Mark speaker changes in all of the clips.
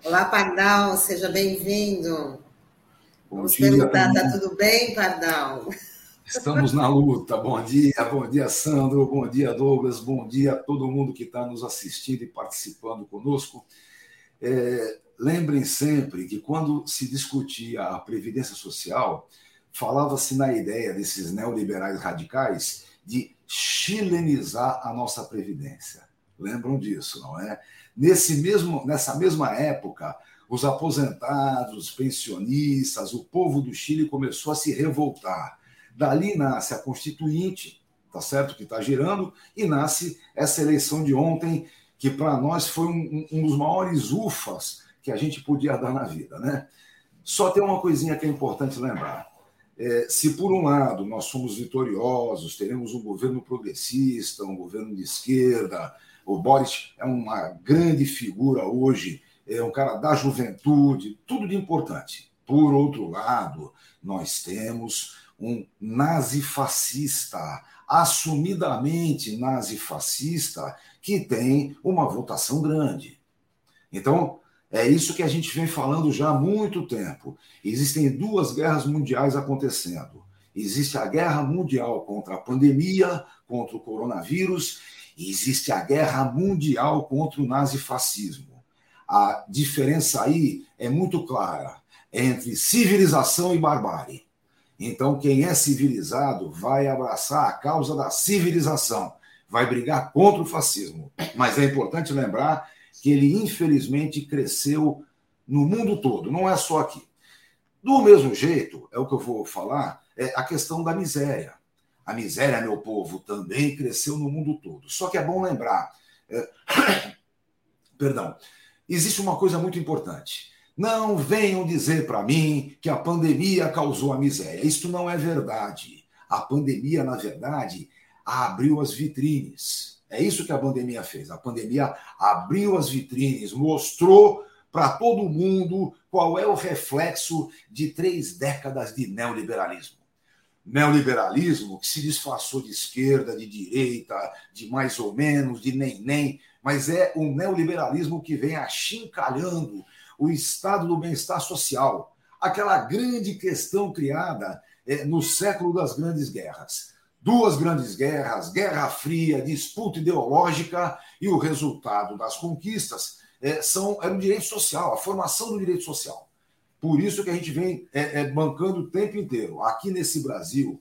Speaker 1: Olá, Pardal, seja bem-vindo.
Speaker 2: Bom
Speaker 1: Vamos
Speaker 2: dia,
Speaker 1: perguntar, tá tudo bem, Pardal?
Speaker 2: estamos na luta. Bom dia, Sandro, bom dia, Douglas, bom dia a todo mundo que está nos assistindo e participando conosco. Lembrem sempre que quando se discutia a Previdência Social, falava-se na ideia desses neoliberais radicais de chilenizar a nossa Previdência. Lembram disso, não é? Nessa mesma época, os aposentados, os pensionistas, o povo do Chile começou a se revoltar. Dali nasce a Constituinte, tá certo, que está girando, e nasce essa eleição de ontem, que para nós foi um dos maiores ufas que a gente podia dar na vida, né? Só tem uma coisinha que é importante lembrar. Se por um lado nós somos vitoriosos, teremos um governo progressista, um governo de esquerda, o Boris é uma grande figura hoje, é um cara da juventude, tudo de importante. Por outro lado, nós temos um nazifascista, assumidamente nazifascista, que tem uma votação grande. Então, é isso que a gente vem falando já há muito tempo. Existem duas guerras mundiais acontecendo. Existe a guerra mundial contra a pandemia, contra o coronavírus, e existe a guerra mundial contra o nazifascismo. A diferença aí é muito clara entre civilização e barbárie. Então, quem é civilizado vai abraçar a causa da civilização, vai brigar contra o fascismo. Mas é importante lembrar que ele, infelizmente, cresceu no mundo todo, não é só aqui. Do mesmo jeito, é o que eu vou falar, é a questão da miséria. A miséria, meu povo, também cresceu no mundo todo. Só que é bom lembrar, existe uma coisa muito importante. Não venham dizer para mim que a pandemia causou a miséria. Isso não é verdade. A pandemia, na verdade, abriu as vitrines. É isso que a pandemia fez. A pandemia abriu as vitrines, mostrou para todo mundo qual é o reflexo de 3 décadas de neoliberalismo. Neoliberalismo que se disfarçou de esquerda, de direita, de mais ou menos, de nem, mas é um neoliberalismo que vem achincalhando o estado do bem-estar social, aquela grande questão criada no século das grandes guerras. 2 grandes guerras, Guerra Fria, disputa ideológica, e o resultado das conquistas era o direito social, a formação do direito social. Por isso que a gente vem bancando o tempo inteiro. Aqui nesse Brasil,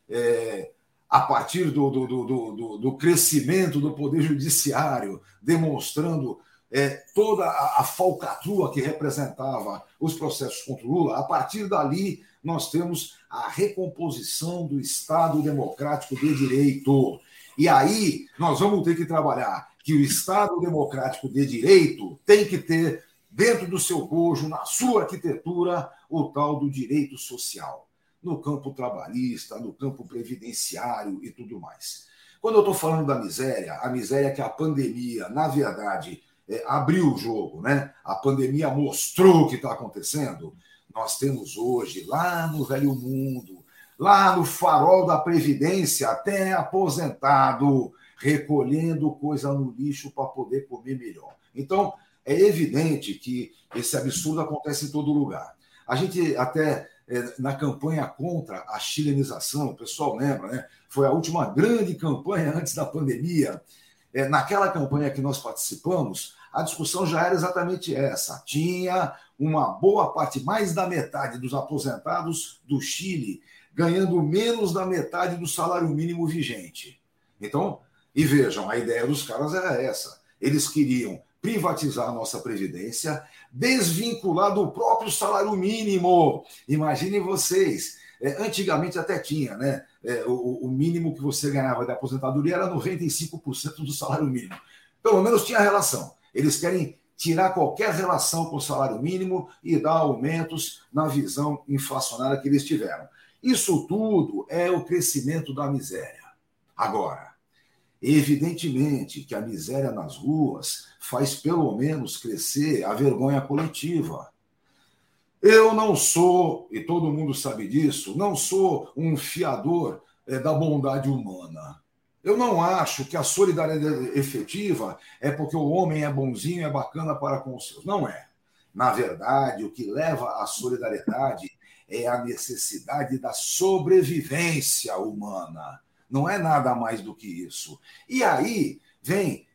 Speaker 2: a partir do crescimento do poder judiciário, demonstrando toda a falcatrua que representava os processos contra o Lula, a partir dali nós temos a recomposição do Estado democrático de direito. E aí nós vamos ter que trabalhar que o Estado democrático de direito tem que ter dentro do seu bojo, na sua arquitetura, o tal do direito social, no campo trabalhista, no campo previdenciário e tudo mais. Quando eu estou falando da miséria, a miséria que a pandemia, na verdade, abriu o jogo, né? A pandemia mostrou o que está acontecendo. Nós temos hoje, lá no velho mundo, lá no farol da Previdência, até aposentado, recolhendo coisa no lixo para poder comer melhor. Então, é evidente que esse absurdo acontece em todo lugar. A gente até, na campanha contra a chilenização, o pessoal lembra, né? Foi a última grande campanha antes da pandemia. Naquela campanha que nós participamos, a discussão já era exatamente essa. Tinha uma boa parte, mais da metade dos aposentados do Chile ganhando menos da metade do salário mínimo vigente. Então, e vejam, a ideia dos caras era essa. Eles queriam privatizar a nossa Previdência, desvincular do próprio salário mínimo. Imaginem vocês, antigamente até tinha, né? O mínimo que você ganhava de aposentadoria era 95% do salário mínimo. Pelo menos tinha relação. Eles querem tirar qualquer relação com o salário mínimo e dar aumentos na visão inflacionária que eles tiveram. Isso tudo é o crescimento da miséria. Agora, evidentemente que a miséria nas ruas faz pelo menos crescer a vergonha coletiva. Eu não sou, e todo mundo sabe disso, não sou um fiador da bondade humana. Eu não acho que a solidariedade efetiva é porque o homem é bonzinho, é bacana para com os seus. Não é. Na verdade, o que leva à solidariedade é a necessidade da sobrevivência humana. Não é nada mais do que isso. E aí vem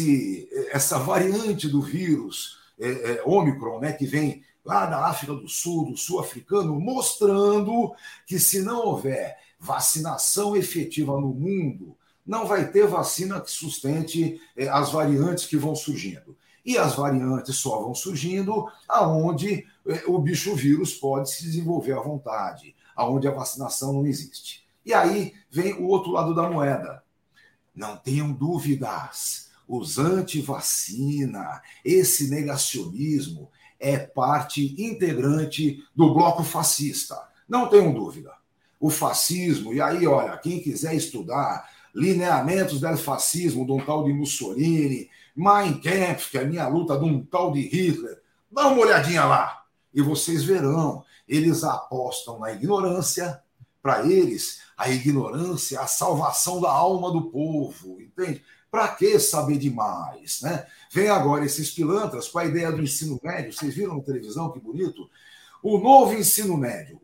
Speaker 2: essa variante do vírus, Ômicron, né, que vem lá da África do sul africano, mostrando que se não houver vacinação efetiva no mundo, não vai ter vacina que sustente as variantes que vão surgindo. E as variantes só vão surgindo aonde o bicho vírus pode se desenvolver à vontade, aonde a vacinação não existe. E aí vem o outro lado da moeda. Não tenham dúvidas, os anti-vacina, esse negacionismo é parte integrante do bloco fascista. Não tenham dúvida. O fascismo, e aí, olha, quem quiser estudar lineamentos do fascismo, de um tal de Mussolini, Mein Kampf, que é a minha luta de um tal de Hitler, dá uma olhadinha lá e vocês verão, eles apostam na ignorância. Para eles, a ignorância é a salvação da alma do povo, entende? Para que saber demais, né? Vem agora esses pilantras com a ideia do ensino médio, vocês viram na televisão, que bonito? O novo ensino médio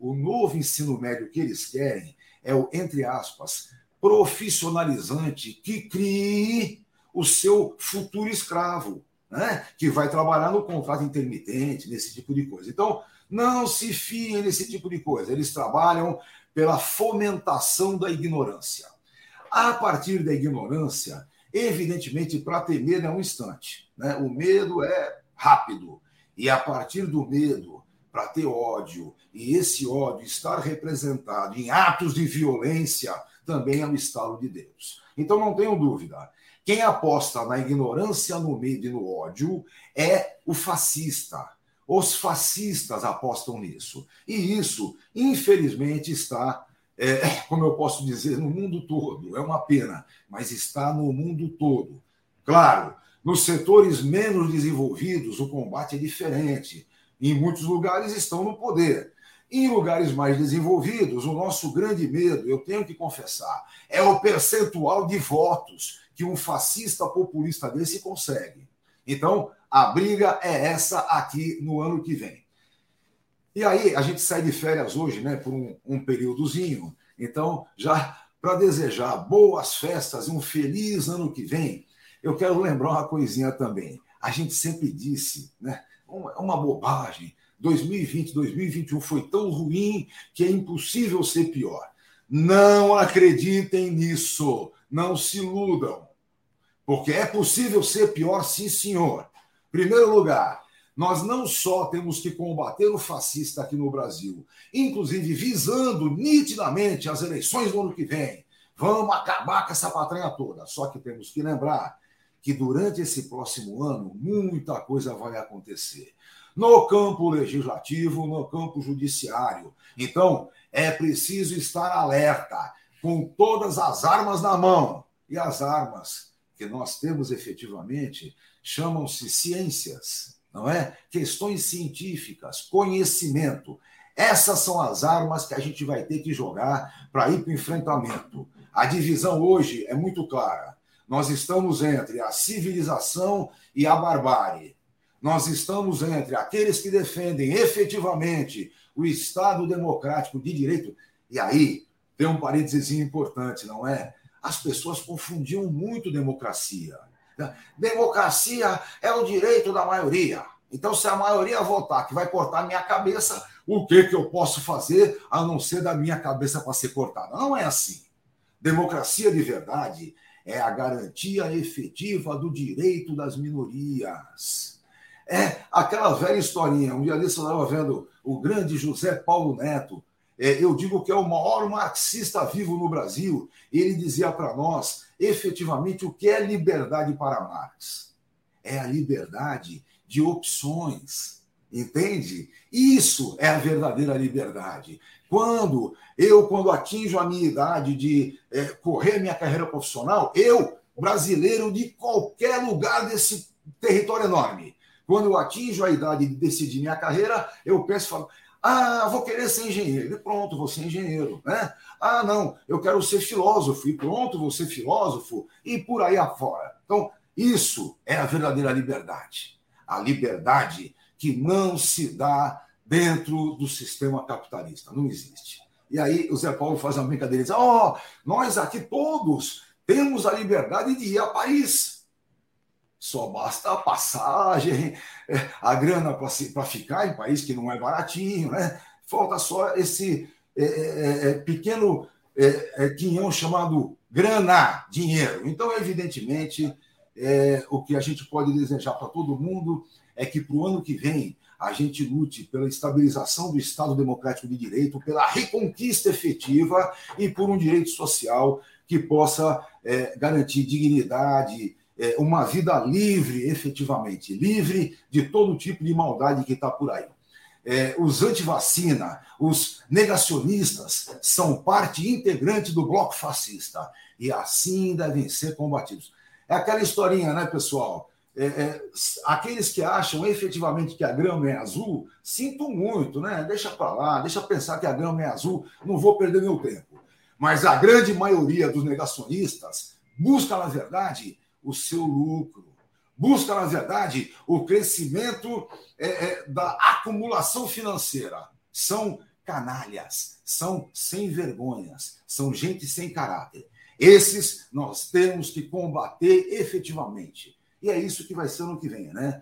Speaker 2: que eles querem é o, entre aspas, profissionalizante que crie o seu futuro escravo, né? Que vai trabalhar no contrato intermitente, nesse tipo de coisa. Então, não se fiem nesse tipo de coisa. Eles trabalham pela fomentação da ignorância. A partir da ignorância, evidentemente, para ter medo é um instante, né? O medo é rápido. E a partir do medo, para ter ódio, e esse ódio estar representado em atos de violência, também é um estalo de Deus. Então, não tenham dúvida. Quem aposta na ignorância, no medo e no ódio é o fascista. Os fascistas apostam nisso. E isso, infelizmente, está, como eu posso dizer, no mundo todo. É uma pena, mas está no mundo todo. Claro, nos setores menos desenvolvidos, o combate é diferente. Em muitos lugares estão no poder. Em lugares mais desenvolvidos, o nosso grande medo, eu tenho que confessar, é o percentual de votos que um fascista populista desse consegue. Então, a briga é essa aqui no ano que vem. E aí, a gente sai de férias hoje, né, por um períodozinho. Então, já para desejar boas festas e um feliz ano que vem, eu quero lembrar uma coisinha também. A gente sempre disse, né, uma bobagem, 2020, 2021 foi tão ruim que é impossível ser pior. Não acreditem nisso, não se iludam, porque é possível ser pior, sim, senhor. Em primeiro lugar, nós não só temos que combater o fascista aqui no Brasil, inclusive visando nitidamente as eleições do ano que vem. Vamos acabar com essa patranha toda. Só que temos que lembrar que durante esse próximo ano, muita coisa vai acontecer. No campo legislativo, no campo judiciário. Então, é preciso estar alerta, com todas as armas na mão. E as armas que nós temos efetivamente chamam-se ciências, não é? Questões científicas, conhecimento. Essas são as armas que a gente vai ter que jogar para ir para o enfrentamento. A divisão hoje é muito clara. Nós estamos entre a civilização e a barbárie. Nós estamos entre aqueles que defendem efetivamente o Estado democrático de direito. E aí, tem um parênteses importante, não é? As pessoas confundiam muito democracia. Democracia é o direito da maioria. Então, se a maioria votar que vai cortar minha cabeça, o que eu posso fazer a não ser da minha cabeça para ser cortada? Não é assim. Democracia de verdade é a garantia efetiva do direito das minorias. É aquela velha historinha. Um dia desse eu estava vendo o grande José Paulo Neto. Eu digo que é o maior marxista vivo no Brasil. Ele dizia para nós, efetivamente, o que é liberdade para Marx. É a liberdade de opções, entende? Isso é a verdadeira liberdade. Quando atinjo a minha idade de correr minha carreira profissional, eu, brasileiro de qualquer lugar desse território enorme, quando eu atinjo a idade de decidir minha carreira, eu penso e falo, vou querer ser engenheiro. E pronto, vou ser engenheiro. Né? Não, eu quero ser filósofo. E pronto, vou ser filósofo. E por aí afora. Então, isso é a verdadeira liberdade. A liberdade que não se dá dentro do sistema capitalista. Não existe. E aí o Zé Paulo faz uma brincadeira e diz: nós aqui todos temos a liberdade de ir a Paris. Só basta a passagem, a grana para ficar em país que não é baratinho, né? Falta só esse pequeno quinhão chamado grana, dinheiro. Então, evidentemente, o que a gente pode desejar para todo mundo é que para o ano que vem a gente lute pela estabilização do Estado Democrático de Direito, pela reconquista efetiva e por um direito social que possa garantir dignidade, uma vida livre, efetivamente, livre de todo tipo de maldade que está por aí. Os antivacina, os negacionistas são parte integrante do bloco fascista e assim devem ser combatidos. É aquela historinha, né, pessoal? Aqueles que acham efetivamente que a grama é azul, sinto muito, né? Deixa para lá, deixa pensar que a grama é azul, não vou perder meu tempo. Mas a grande maioria dos negacionistas busca, na verdade, o seu lucro, busca, na verdade, o crescimento da acumulação financeira. São canalhas, são sem vergonhas, são gente sem caráter. Esses nós temos que combater efetivamente. E é isso que vai ser ano que vem, né?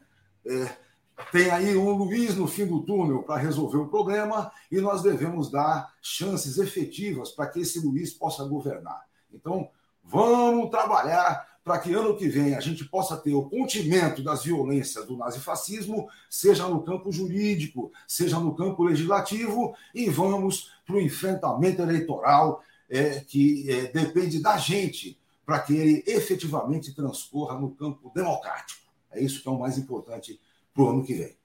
Speaker 2: Tem aí um Luiz no fim do túnel para resolver o problema e nós devemos dar chances efetivas para que esse Luiz possa governar. Então, vamos trabalhar para que ano que vem a gente possa ter o contimento das violências do nazifascismo, seja no campo jurídico, seja no campo legislativo, e vamos para o enfrentamento eleitoral que depende da gente para que ele efetivamente transcorra no campo democrático. É isso que é o mais importante para o ano que vem.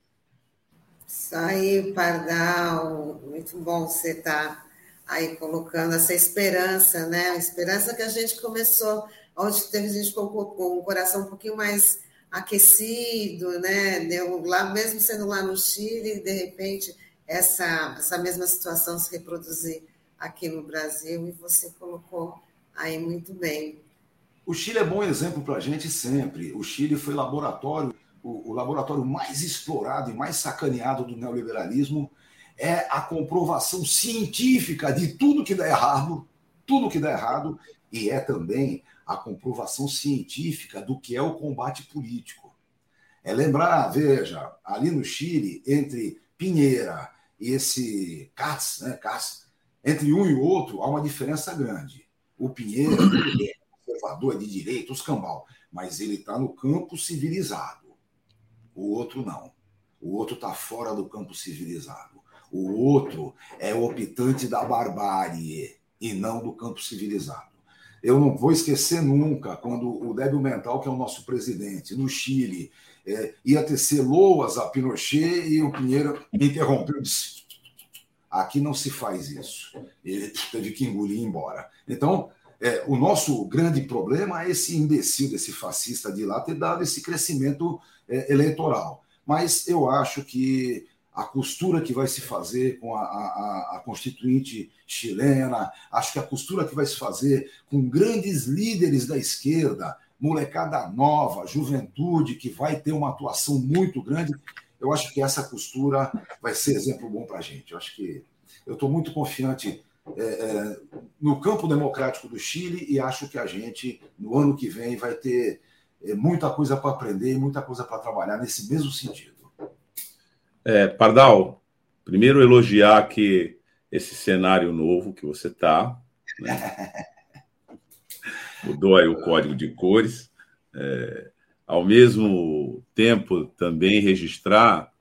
Speaker 1: Isso aí, Pardal, muito bom você estar aí colocando essa esperança, né? A esperança que a gente começou, onde teve gente com o coração um pouquinho mais aquecido, né? Deu lá, mesmo sendo lá no Chile, de repente, essa mesma situação se reproduzir aqui no Brasil, e você colocou aí muito bem.
Speaker 2: O Chile é bom exemplo para a gente sempre. O Chile foi laboratório, o laboratório mais explorado e mais sacaneado do neoliberalismo. É a comprovação científica de tudo que dá errado, e é também a comprovação científica do que é o combate político. É lembrar, veja, ali no Chile, entre Piñera e esse Katz, né, entre um e o outro há uma diferença grande. O Piñera é conservador, é de direita, os cambal, mas ele está no campo civilizado. O outro não. O outro está fora do campo civilizado. O outro é optante da barbárie e não do campo civilizado. Eu não vou esquecer nunca quando o débil mental, que é o nosso presidente, no Chile, ia tecer loas a Pinochet e o Pinheiro me interrompeu e disse: aqui não se faz isso. Ele teve que engolir e ir embora. Então, o nosso grande problema é esse imbecil desse fascista de lá ter dado esse crescimento eleitoral. Mas eu acho que a costura que vai se fazer com a constituinte chilena, acho que a costura que vai se fazer com grandes líderes da esquerda, molecada nova, juventude, que vai ter uma atuação muito grande, eu acho que essa costura vai ser exemplo bom para a gente. Eu estou muito confiante no campo democrático do Chile e acho que a gente, no ano que vem, vai ter muita coisa para aprender e muita coisa para trabalhar nesse mesmo sentido.
Speaker 3: Pardal, primeiro elogiar aqui esse cenário novo que você está, né? Mudou aí o código de cores. Ao mesmo tempo, também registrar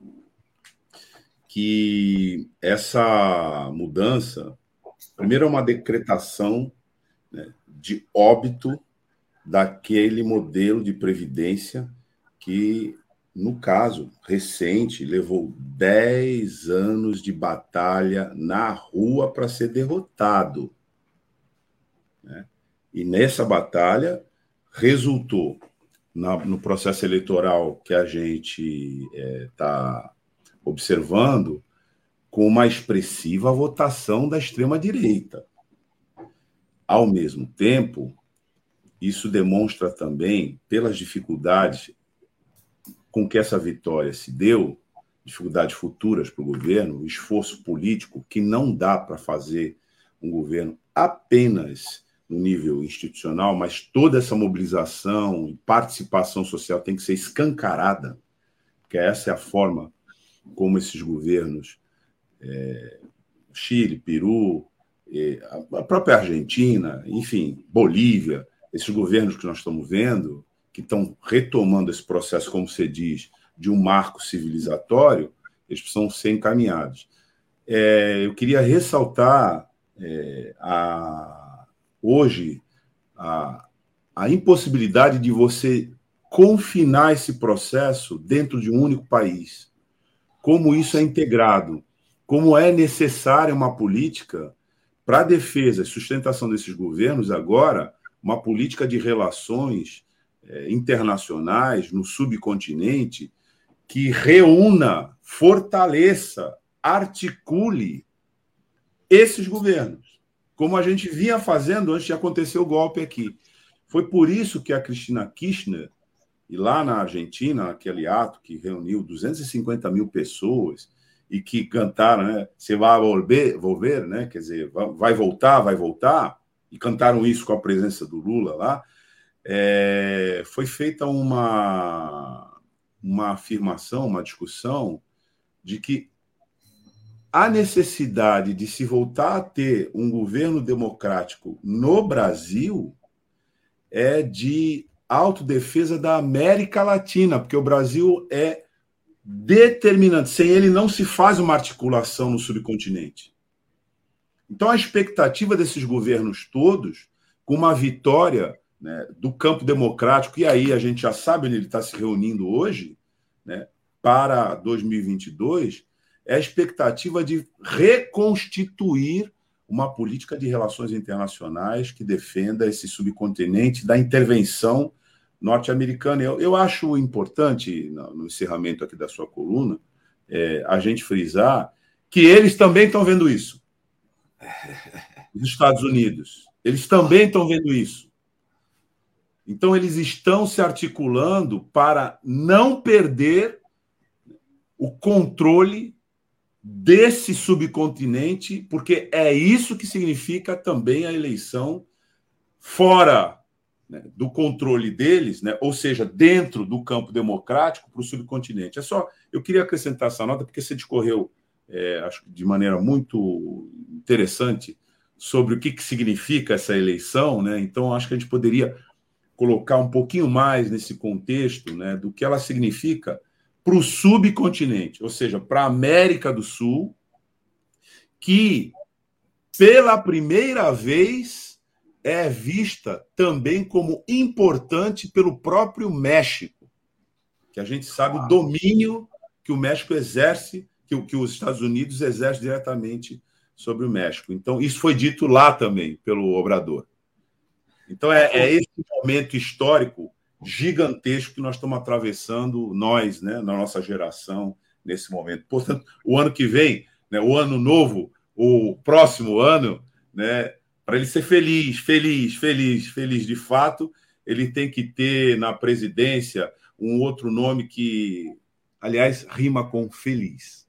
Speaker 3: que essa mudança, primeiro, é uma decretação, né, de óbito daquele modelo de previdência que, no caso recente, levou 10 anos de batalha na rua para ser derrotado, né? E nessa batalha resultou no processo eleitoral que a gente está observando, com uma expressiva votação da extrema-direita. Ao mesmo tempo, isso demonstra também, pelas dificuldades com que essa vitória se deu, dificuldades futuras para o governo, o esforço político, que não dá para fazer um governo apenas no nível institucional, mas toda essa mobilização e participação social tem que ser escancarada, porque essa é a forma como esses governos, Chile, Peru, a própria Argentina, enfim, Bolívia, esses governos que nós estamos vendo, que estão retomando esse processo, como você diz, de um marco civilizatório, eles precisam ser encaminhados. Eu queria ressaltar hoje a impossibilidade de você confinar esse processo dentro de um único país. Como isso é integrado, como é necessária uma política para a defesa e sustentação desses governos, agora, uma política de relações internacionais no subcontinente que reúna, fortaleça, articule esses governos, como a gente vinha fazendo antes de acontecer o golpe aqui. Foi por isso que a Cristina Kirchner, e lá na Argentina, aquele ato que reuniu 250 mil pessoas e que cantaram, né, "Se vai volver", né, quer dizer, vai voltar, e cantaram isso com a presença do Lula lá, foi feita uma afirmação, uma discussão de que a necessidade de se voltar a ter um governo democrático no Brasil é de autodefesa da América Latina, porque o Brasil é determinante. Sem ele não se faz uma articulação no subcontinente. Então, a expectativa desses governos todos, com uma vitória, né, do campo democrático, e aí a gente já sabe onde ele está se reunindo hoje, né, para 2022, é a expectativa de reconstituir uma política de relações internacionais que defenda esse subcontinente da intervenção norte-americana. Eu acho importante, no encerramento aqui da sua coluna, a gente frisar que eles também estão vendo isso. Os Estados Unidos. Eles também estão vendo isso. Então, eles estão se articulando para não perder o controle desse subcontinente, porque é isso que significa também a eleição fora, né, do controle deles, né, ou seja, dentro do campo democrático para o subcontinente. Eu queria acrescentar essa nota, porque você discorreu, acho que de maneira muito interessante, sobre o que significa essa eleição, né? Então, acho que a gente poderia colocar um pouquinho mais nesse contexto, né, do que ela significa para o subcontinente, ou seja, para a América do Sul, que, pela primeira vez, é vista também como importante pelo próprio México, que a gente sabe o domínio que o México exerce, que os Estados Unidos exercem diretamente sobre o México. Então, isso foi dito lá também pelo Obrador. Então, é esse momento histórico gigantesco que nós estamos atravessando, nós, né, na nossa geração, nesse momento. Portanto, o ano que vem, né, o ano novo, o próximo ano, né, para ele ser feliz de fato, ele tem que ter na presidência um outro nome que, aliás, rima com feliz.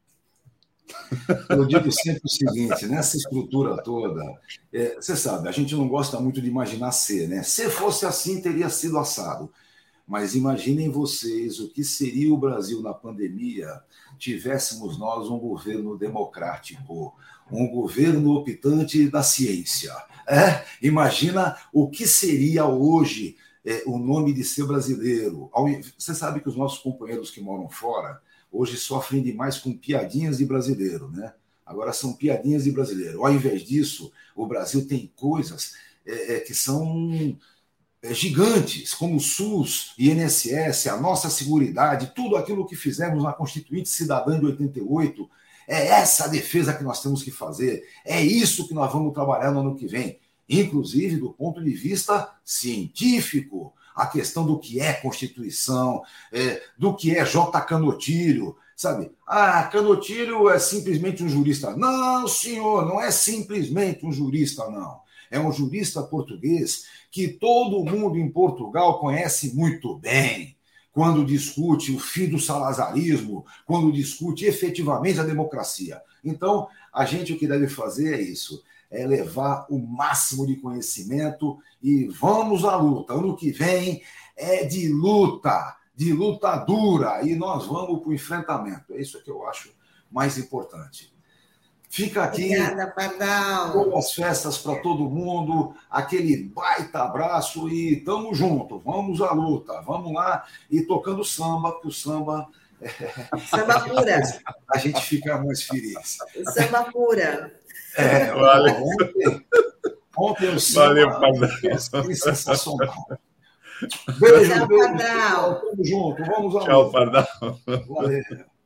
Speaker 2: Eu digo sempre o seguinte, nessa estrutura toda, você sabe, a gente não gosta muito de imaginar ser, né? Se fosse assim, teria sido assado. Mas imaginem vocês o que seria o Brasil na pandemia tivéssemos nós um governo democrático, um governo optante da ciência. Imagina o que seria hoje o nome de ser brasileiro. Você sabe que os nossos companheiros que moram fora hoje sofrem demais com piadinhas de brasileiro, né? Agora são piadinhas de brasileiro. Ao invés disso, o Brasil tem coisas que são gigantes, como o SUS, INSS, a nossa seguridade, tudo aquilo que fizemos na Constituinte Cidadã de 88, é essa a defesa que nós temos que fazer, é isso que nós vamos trabalhar no ano que vem, inclusive do ponto de vista científico, a questão do que é Constituição, do que é J. Canutilho, sabe? Canutilho é simplesmente um jurista. Não, senhor, não é simplesmente um jurista, não. É um jurista português que todo mundo em Portugal conhece muito bem, quando discute o fim do salazarismo, quando discute efetivamente a democracia. Então, a gente o que deve fazer é isso, é levar o máximo de conhecimento e vamos à luta. Ano que vem é de luta dura, e nós vamos para o enfrentamento. É isso que eu acho mais importante. Fica aqui.
Speaker 1: Obrigada, Pardal.
Speaker 2: Boas festas para todo mundo, aquele baita abraço e tamo junto, vamos à luta, vamos lá e tocando samba, porque o samba...
Speaker 1: Samba pura.
Speaker 2: A gente fica mais feliz.
Speaker 1: Samba pura.
Speaker 3: Valeu.
Speaker 2: Ontem o samba foi sensacional. Beijo,
Speaker 1: Tchau,
Speaker 2: beijo.
Speaker 1: Pardal.
Speaker 2: Tamo junto, vamos à luta.
Speaker 3: Tchau, Pardal.
Speaker 2: Valeu.